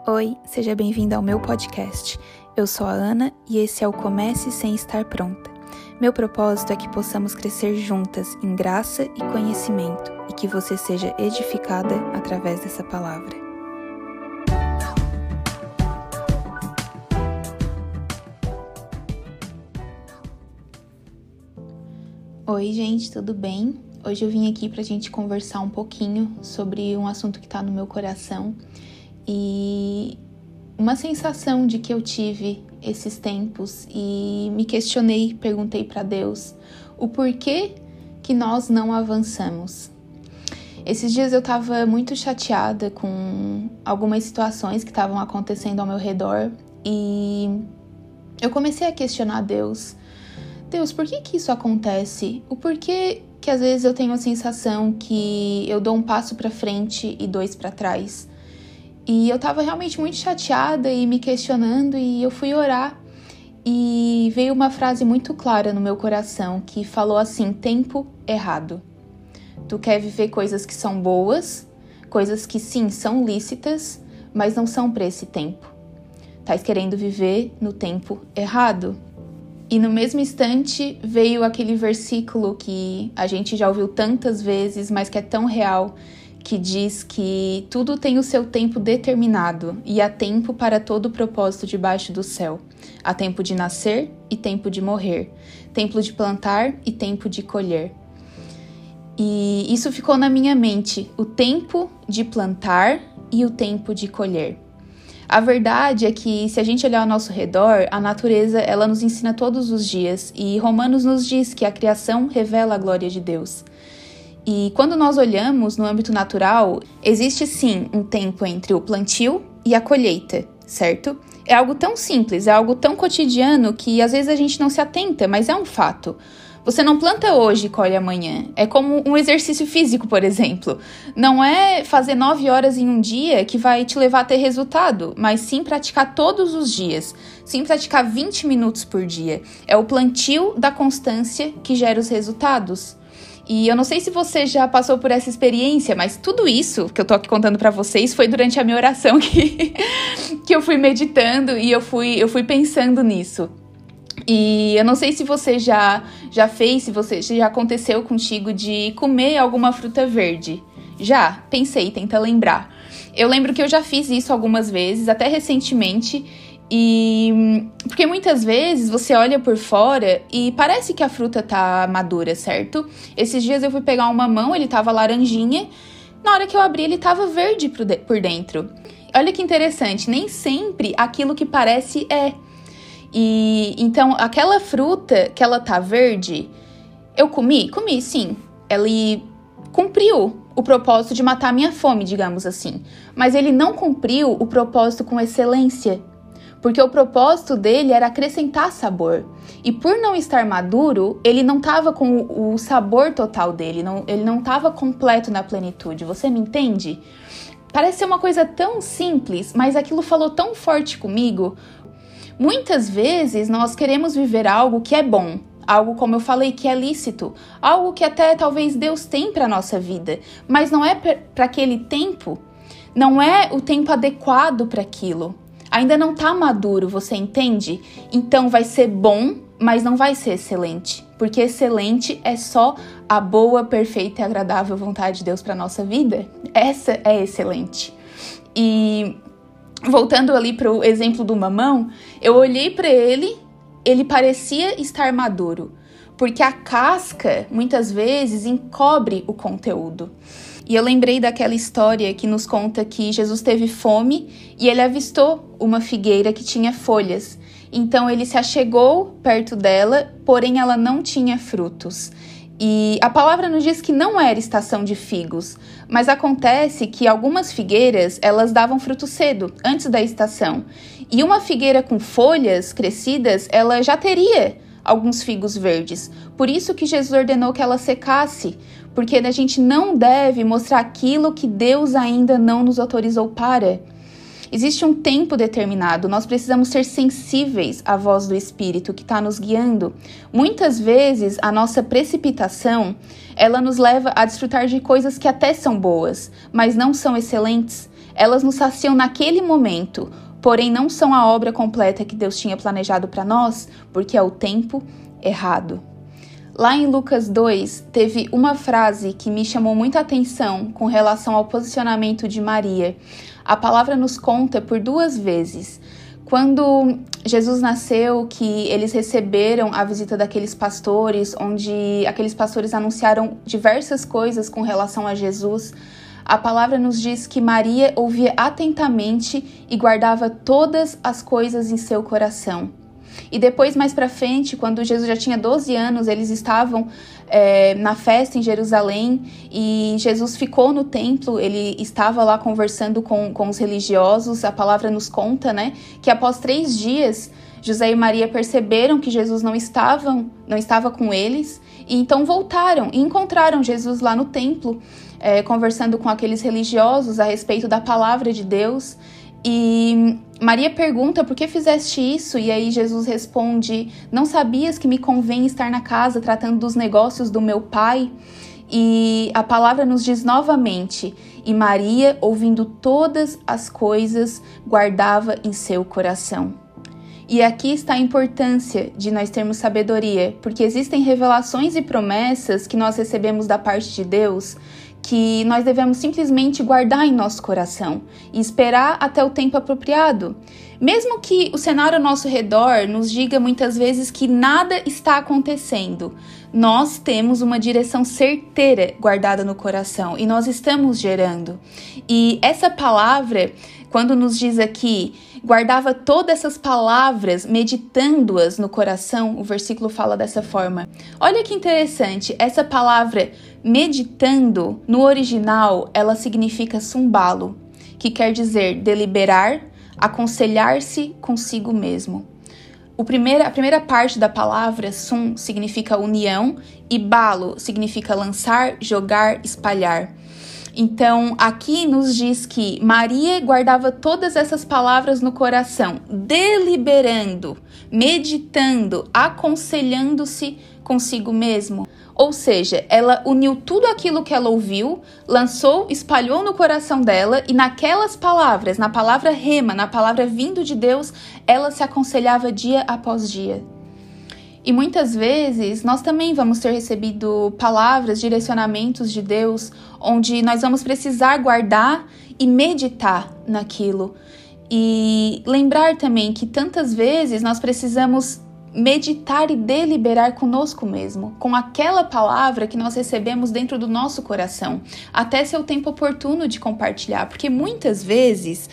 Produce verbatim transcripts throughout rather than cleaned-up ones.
Oi, seja bem-vindo ao meu podcast. Eu sou a Ana e esse é o Comece Sem Estar Pronta. Meu propósito é que possamos crescer juntas em graça e conhecimento e que você seja edificada através dessa palavra. Oi, gente, tudo bem? Hoje eu vim aqui pra gente conversar um pouquinho sobre um assunto que tá no meu coração e uma sensação de que eu tive esses tempos e me questionei, perguntei pra Deus o porquê que nós não avançamos. Esses dias eu tava muito chateada com algumas situações que estavam acontecendo ao meu redor e eu comecei a questionar Deus. Deus, por que que isso acontece? O porquê que às vezes eu tenho a sensação que eu dou um passo pra frente e dois pra trás? E eu tava realmente muito chateada e me questionando e eu fui orar e veio uma frase muito clara no meu coração que falou assim: tempo errado. Tu quer viver coisas que são boas, coisas que sim, são lícitas, mas não são pra esse tempo. Tás querendo viver no tempo errado. E no mesmo instante veio aquele versículo que a gente já ouviu tantas vezes, mas que é tão real, que diz que tudo tem o seu tempo determinado e há tempo para todo o propósito debaixo do céu. Há tempo de nascer e tempo de morrer, tempo de plantar e tempo de colher. E isso ficou na minha mente, o tempo de plantar e o tempo de colher. A verdade é que, se a gente olhar ao nosso redor, a natureza ela nos ensina todos os dias e Romanos nos diz que a criação revela a glória de Deus. E quando nós olhamos no âmbito natural, existe sim um tempo entre o plantio e a colheita, certo? É algo tão simples, é algo tão cotidiano que às vezes a gente não se atenta, mas é um fato. Você não planta hoje e colhe amanhã. É como um exercício físico, por exemplo. Não é fazer nove horas em um dia que vai te levar a ter resultado, mas sim praticar todos os dias. Sim praticar vinte minutos por dia. É o plantio da constância que gera os resultados. E eu não sei se você já passou por essa experiência, mas tudo isso que eu tô aqui contando pra vocês foi durante a minha oração que, que eu fui meditando e eu fui, eu fui pensando nisso. E eu não sei se você já, já fez, se, você, se já aconteceu contigo de comer alguma fruta verde. Já? Pensei, tenta lembrar. Eu lembro que eu já fiz isso algumas vezes, até recentemente. E porque muitas vezes você olha por fora e parece que a fruta tá madura, certo? Esses dias eu fui pegar um mamão, ele tava laranjinha. Na hora que eu abri, ele tava verde por dentro. Olha que interessante, nem sempre aquilo que parece é. E então, aquela fruta que ela tá verde, eu comi? Comi, sim. Ela cumpriu o propósito de matar a minha fome, digamos assim. Mas ele não cumpriu o propósito com excelência. Porque o propósito dele era acrescentar sabor. E por não estar maduro, ele não estava com o sabor total dele. Não, ele não estava completo na plenitude. Você me entende? Parece ser uma coisa tão simples, mas aquilo falou tão forte comigo. Muitas vezes nós queremos viver algo que é bom, algo, como eu falei, que é lícito, algo que até talvez Deus tem para a nossa vida, mas não é para aquele tempo, não é o tempo adequado para aquilo. Ainda não está maduro, você entende? Então vai ser bom, mas não vai ser excelente, porque excelente é só a boa, perfeita e agradável vontade de Deus para a nossa vida. Essa é excelente. E voltando ali para o exemplo do mamão, eu olhei para ele, ele parecia estar maduro, porque a casca, muitas vezes, encobre o conteúdo. E eu lembrei daquela história que nos conta que Jesus teve fome e ele avistou uma figueira que tinha folhas. Então ele se achegou perto dela, porém ela não tinha frutos. E a palavra nos diz que não era estação de figos, mas acontece que algumas figueiras, elas davam fruto cedo, antes da estação. E uma figueira com folhas crescidas, ela já teria alguns figos verdes. Por isso que Jesus ordenou que ela secasse, porque a gente não deve mostrar aquilo que Deus ainda não nos autorizou para. Existe um tempo determinado, nós precisamos ser sensíveis à voz do Espírito que está nos guiando. Muitas vezes, a nossa precipitação, ela nos leva a desfrutar de coisas que até são boas, mas não são excelentes. Elas nos saciam naquele momento, porém não são a obra completa que Deus tinha planejado para nós, porque é o tempo errado. Lá em Lucas dois, teve uma frase que me chamou muita atenção com relação ao posicionamento de Maria. A palavra nos conta por duas vezes. Quando Jesus nasceu, que eles receberam a visita daqueles pastores, onde aqueles pastores anunciaram diversas coisas com relação a Jesus, a palavra nos diz que Maria ouvia atentamente e guardava todas as coisas em seu coração. E depois, mais para frente, quando Jesus já tinha doze anos, eles estavam é, na festa em Jerusalém e Jesus ficou no templo, ele estava lá conversando com, com os religiosos. A palavra nos conta, né, que após três dias, José e Maria perceberam que Jesus não estava, não estava com eles e então voltaram e encontraram Jesus lá no templo, é, conversando com aqueles religiosos a respeito da palavra de Deus. E Maria pergunta: por que fizeste isso? E aí Jesus responde: não sabias que me convém estar na casa tratando dos negócios do meu pai? E a palavra nos diz novamente: e Maria, ouvindo todas as coisas, guardava em seu coração. E aqui está a importância de nós termos sabedoria, porque existem revelações e promessas que nós recebemos da parte de Deus que nós devemos simplesmente guardar em nosso coração e esperar até o tempo apropriado. Mesmo que o cenário ao nosso redor nos diga muitas vezes que nada está acontecendo, nós temos uma direção certeira guardada no coração e nós estamos gerando. E essa palavra, quando nos diz aqui, guardava todas essas palavras, meditando-as no coração, o versículo fala dessa forma. Olha que interessante, essa palavra meditando, no original, ela significa sumbalo, que quer dizer deliberar, aconselhar-se consigo mesmo. O primeiro, a primeira parte da palavra sum significa união e balo significa lançar, jogar, espalhar. Então, aqui nos diz que Maria guardava todas essas palavras no coração, deliberando, meditando, aconselhando-se consigo mesmo. Ou seja, ela uniu tudo aquilo que ela ouviu, lançou, espalhou no coração dela e naquelas palavras, na palavra rema, na palavra vindo de Deus, ela se aconselhava dia após dia. E muitas vezes nós também vamos ter recebido palavras, direcionamentos de Deus, onde nós vamos precisar guardar e meditar naquilo. E lembrar também que tantas vezes nós precisamos meditar e deliberar conosco mesmo, com aquela palavra que nós recebemos dentro do nosso coração, até ser o tempo oportuno de compartilhar, porque muitas vezes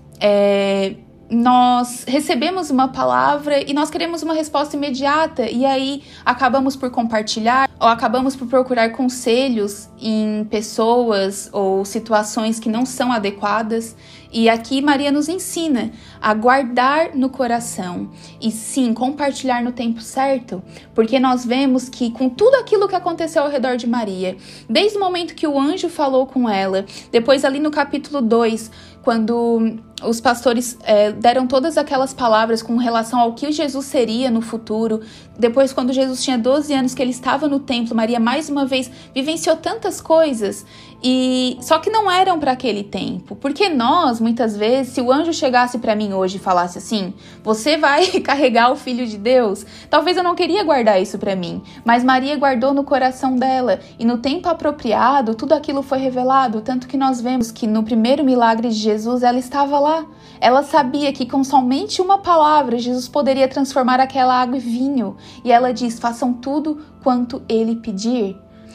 é, nós recebemos uma palavra e nós queremos uma resposta imediata e aí acabamos por compartilhar ou acabamos por procurar conselhos em pessoas ou situações que não são adequadas. E aqui Maria nos ensina a guardar no coração e sim, compartilhar no tempo certo, porque nós vemos que com tudo aquilo que aconteceu ao redor de Maria, desde o momento que o anjo falou com ela, depois ali no capítulo dois, quando os pastores é, deram todas aquelas palavras com relação ao que Jesus seria no futuro, depois quando Jesus tinha doze anos que ele estava no templo, Maria mais uma vez vivenciou tantas coisas, e só que não eram para aquele tempo, porque nós, muitas vezes, se o anjo chegasse para mim hoje e falasse assim, você vai carregar o Filho de Deus, talvez eu não queria guardar isso para mim, mas Maria guardou no coração dela, e no tempo apropriado, tudo aquilo foi revelado, tanto que nós vemos que no primeiro milagre de Jesus, ela estava lá, ela sabia que com somente uma palavra, Jesus poderia transformar aquela água em vinho, e ela diz, façam tudo quanto ele pedir.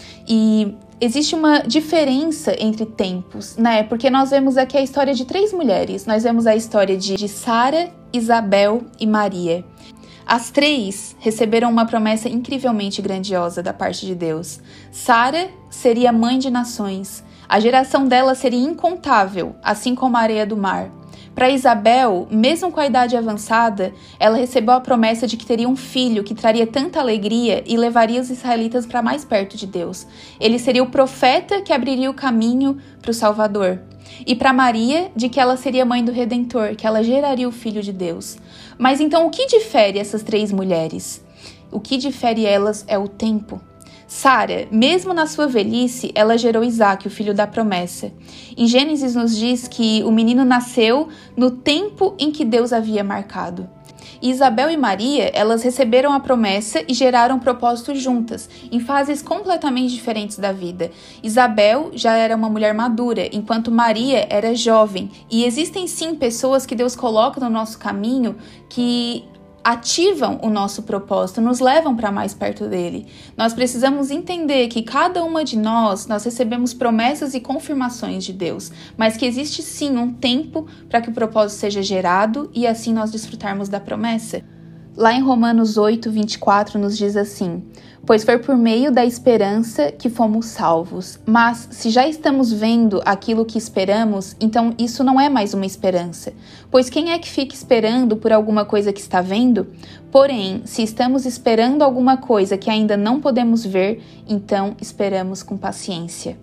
E existe uma diferença entre tempos, né? Porque nós vemos aqui a história de três mulheres. Nós vemos a história de, de Sara, Isabel e Maria. As três receberam uma promessa incrivelmente grandiosa da parte de Deus. Sara seria mãe de nações. A geração dela seria incontável, assim como a areia do mar. Para Isabel, mesmo com a idade avançada, ela recebeu a promessa de que teria um filho que traria tanta alegria e levaria os israelitas para mais perto de Deus. Ele seria o profeta que abriria o caminho para o Salvador. E para Maria, de que ela seria mãe do Redentor, que ela geraria o Filho de Deus. Mas então o que difere essas três mulheres? O que difere elas é o tempo. Sara, mesmo na sua velhice, ela gerou Isaque, o filho da promessa. Em Gênesis nos diz que o menino nasceu no tempo em que Deus havia marcado. E Isabel e Maria, elas receberam a promessa e geraram propósitos juntas, em fases completamente diferentes da vida. Isabel já era uma mulher madura, enquanto Maria era jovem. E existem sim pessoas que Deus coloca no nosso caminho que ativam o nosso propósito, nos levam para mais perto dele. Nós precisamos entender que cada uma de nós, nós recebemos promessas e confirmações de Deus, mas que existe sim um tempo para que o propósito seja gerado e assim nós desfrutarmos da promessa. Lá em Romanos oito, vinte e quatro nos diz assim: pois foi por meio da esperança que fomos salvos. Mas se já estamos vendo aquilo que esperamos, então isso não é mais uma esperança. Pois quem é que fica esperando por alguma coisa que está vendo? Porém, se estamos esperando alguma coisa que ainda não podemos ver, então esperamos com paciência.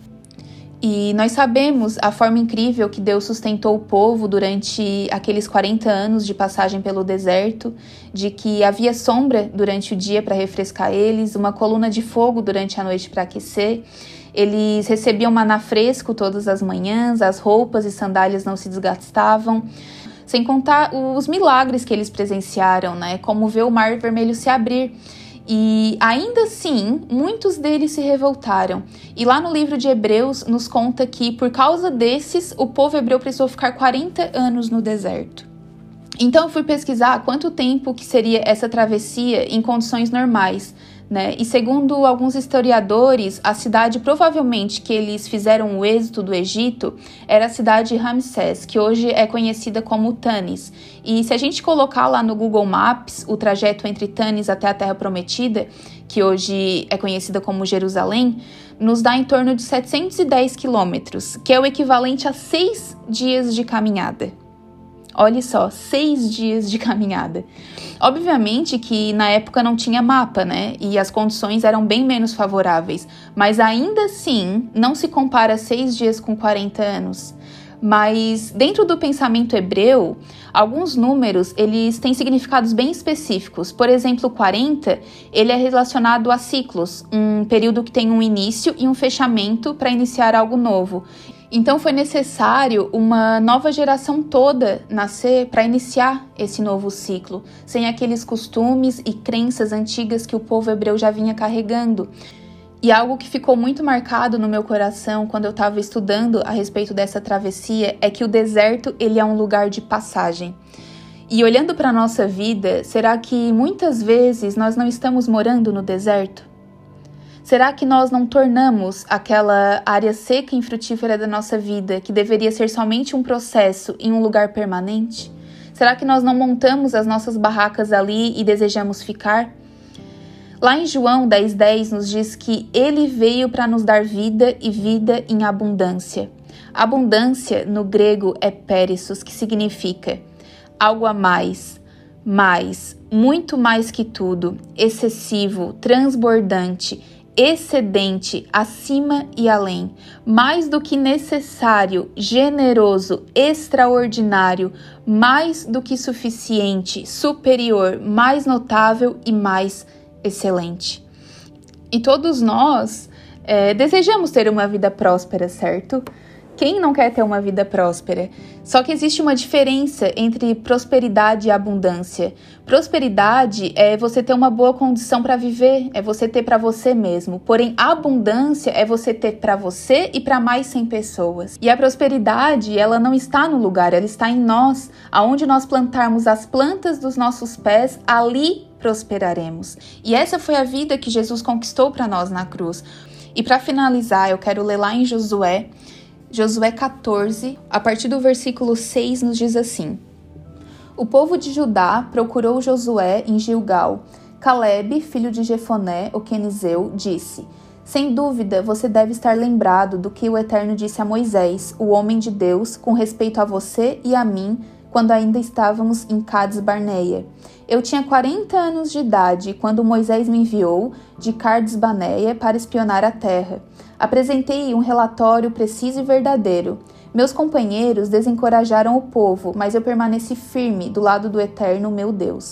E nós sabemos a forma incrível que Deus sustentou o povo durante aqueles quarenta anos de passagem pelo deserto, de que havia sombra durante o dia para refrescar eles, uma coluna de fogo durante a noite para aquecer. Eles recebiam maná fresco todas as manhãs, as roupas e sandálias não se desgastavam. Sem contar os milagres que eles presenciaram, né? Como ver o mar vermelho se abrir. E ainda assim, muitos deles se revoltaram. E lá no livro de Hebreus nos conta que, por causa desses, o povo hebreu precisou ficar quarenta anos no deserto. Então eu fui pesquisar quanto tempo que seria essa travessia em condições normais, né? E segundo alguns historiadores, a cidade provavelmente que eles fizeram o êxodo do Egito era a cidade de Ramsés, que hoje é conhecida como Tanis. E se a gente colocar lá no Google Maps o trajeto entre Tanis até a Terra Prometida, que hoje é conhecida como Jerusalém, nos dá em torno de setecentos e dez quilômetros, que é o equivalente a seis dias de caminhada. Olha só, seis dias de caminhada. Obviamente que na época não tinha mapa, né? E as condições eram bem menos favoráveis. Mas ainda assim, não se compara seis dias com quarenta anos. Mas dentro do pensamento hebreu, alguns números eles têm significados bem específicos. Por exemplo, quarenta, ele é relacionado a ciclos, um período que tem um início e um fechamento para iniciar algo novo. Então foi necessário uma nova geração toda nascer para iniciar esse novo ciclo, sem aqueles costumes e crenças antigas que o povo hebreu já vinha carregando. E algo que ficou muito marcado no meu coração quando eu estava estudando a respeito dessa travessia é que o deserto ele é um lugar de passagem. E olhando para a nossa vida, será que muitas vezes nós não estamos morando no deserto? Será que nós não tornamos aquela área seca e infrutífera da nossa vida, que deveria ser somente um processo, em um lugar permanente? Será que nós não montamos as nossas barracas ali e desejamos ficar? Lá em João dez, dez nos diz que ele veio para nos dar vida e vida em abundância. Abundância no grego é périssos, que significa algo a mais, mais, muito mais que tudo, excessivo, transbordante, excedente, acima e além, mais do que necessário, generoso, extraordinário, mais do que suficiente, superior, mais notável e mais excelente. E todos nós é, desejamos ter uma vida próspera, certo? Quem não quer ter uma vida próspera? Só que existe uma diferença entre prosperidade e abundância. Prosperidade é você ter uma boa condição para viver, é você ter para você mesmo. Porém, abundância é você ter para você e para mais cem pessoas. E a prosperidade, ela não está no lugar, ela está em nós. Aonde nós plantarmos as plantas dos nossos pés, ali prosperaremos. E essa foi a vida que Jesus conquistou para nós na cruz. E para finalizar, eu quero ler lá em Josué, Josué quatorze, a partir do versículo seis, nos diz assim: o povo de Judá procurou Josué em Gilgal. Calebe, filho de Jefoné, o quenizeu, disse: sem dúvida, você deve estar lembrado do que o Eterno disse a Moisés, o homem de Deus, com respeito a você e a mim, quando ainda estávamos em Cades Barneia. Eu tinha quarenta anos de idade quando Moisés me enviou de Cades Barneia para espionar a terra. Apresentei um relatório preciso e verdadeiro. Meus companheiros desencorajaram o povo, mas eu permaneci firme do lado do Eterno, meu Deus.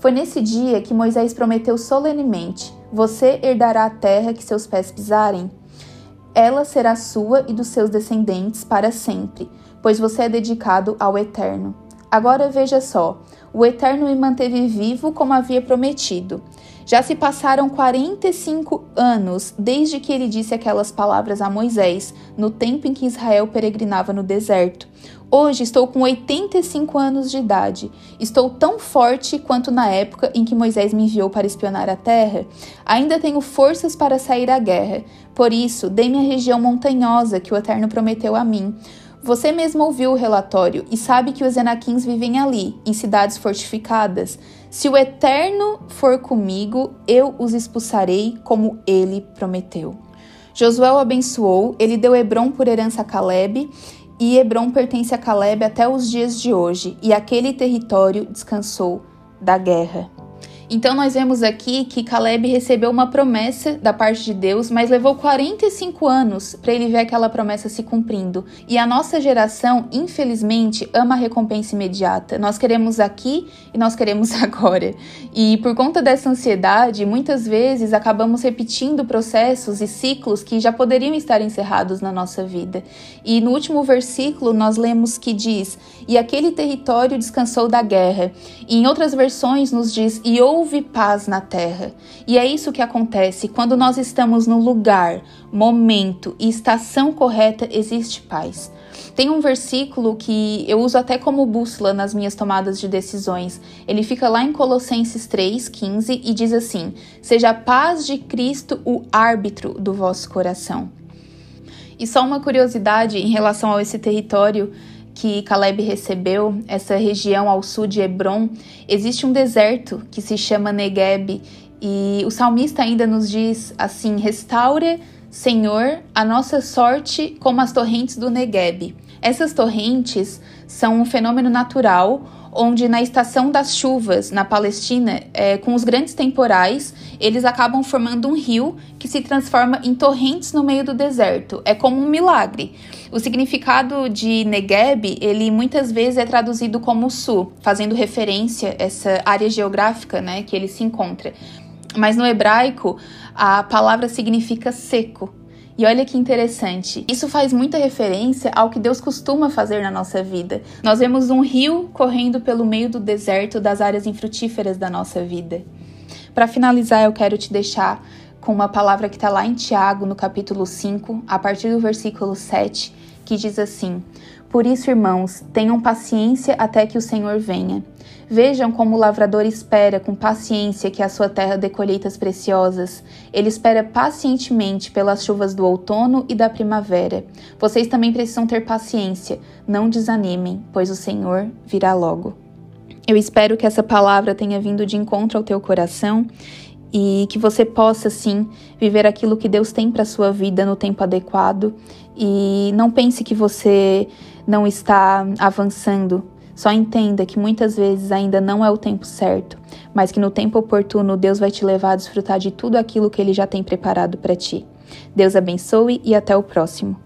Foi nesse dia que Moisés prometeu solenemente: você herdará a terra que seus pés pisarem. Ela será sua e dos seus descendentes para sempre, pois você é dedicado ao Eterno. Agora veja só, o Eterno me manteve vivo como havia prometido. Já se passaram quarenta e cinco anos desde que ele disse aquelas palavras a Moisés, no tempo em que Israel peregrinava no deserto. Hoje estou com oitenta e cinco anos de idade. Estou tão forte quanto na época em que Moisés me enviou para espionar a terra. Ainda tenho forças para sair à guerra. Por isso, dei-me a região montanhosa que o Eterno prometeu a mim. Você mesmo ouviu o relatório e sabe que os Enaquins vivem ali, em cidades fortificadas. Se o Eterno for comigo, eu os expulsarei como ele prometeu. Josué o abençoou, ele deu Hebrom por herança a Calebe, e Hebrom pertence a Calebe até os dias de hoje, e aquele território descansou da guerra. Então nós vemos aqui que Calebe recebeu uma promessa da parte de Deus, mas levou quarenta e cinco anos para ele ver aquela promessa se cumprindo. E a nossa geração, infelizmente, ama a recompensa imediata. Nós queremos aqui e nós queremos agora. E por conta dessa ansiedade, muitas vezes acabamos repetindo processos e ciclos que já poderiam estar encerrados na nossa vida. E no último versículo nós lemos que diz: e aquele território descansou da guerra. E em outras versões nos diz: e houve paz na terra. E é isso que acontece quando nós estamos no lugar, momento e estação correta, existe paz. Tem um versículo que eu uso até como bússola nas minhas tomadas de decisões. Ele fica lá em Colossenses três, quinze e diz assim: seja a paz de Cristo o árbitro do vosso coração. E só uma curiosidade em relação a esse território que Calebe recebeu, essa região ao sul de Hebrom, existe um deserto que se chama Negueb, e o salmista ainda nos diz assim: restaura, Senhor, a nossa sorte como as torrentes do Negueb. Essas torrentes são um fenômeno natural, onde na estação das chuvas na Palestina, é, com os grandes temporais, eles acabam formando um rio que se transforma em torrentes no meio do deserto. É como um milagre. O significado de Negueb, ele muitas vezes é traduzido como sul, fazendo referência a essa área geográfica, né, que ele se encontra. Mas no hebraico, a palavra significa seco. E olha que interessante, isso faz muita referência ao que Deus costuma fazer na nossa vida. Nós vemos um rio correndo pelo meio do deserto das áreas infrutíferas da nossa vida. Para finalizar, eu quero te deixar com uma palavra que está lá em Tiago, no capítulo cinco, a partir do versículo sete, que diz assim: por isso, irmãos, tenham paciência até que o Senhor venha. Vejam como o lavrador espera com paciência que a sua terra dê colheitas preciosas. Ele espera pacientemente pelas chuvas do outono e da primavera. Vocês também precisam ter paciência. Não desanimem, pois o Senhor virá logo. Eu espero que essa palavra tenha vindo de encontro ao teu coração e que você possa, sim, viver aquilo que Deus tem para a sua vida no tempo adequado. E não pense que você não está avançando. Só entenda que muitas vezes ainda não é o tempo certo, mas que no tempo oportuno Deus vai te levar a desfrutar de tudo aquilo que Ele já tem preparado para ti. Deus abençoe e até o próximo.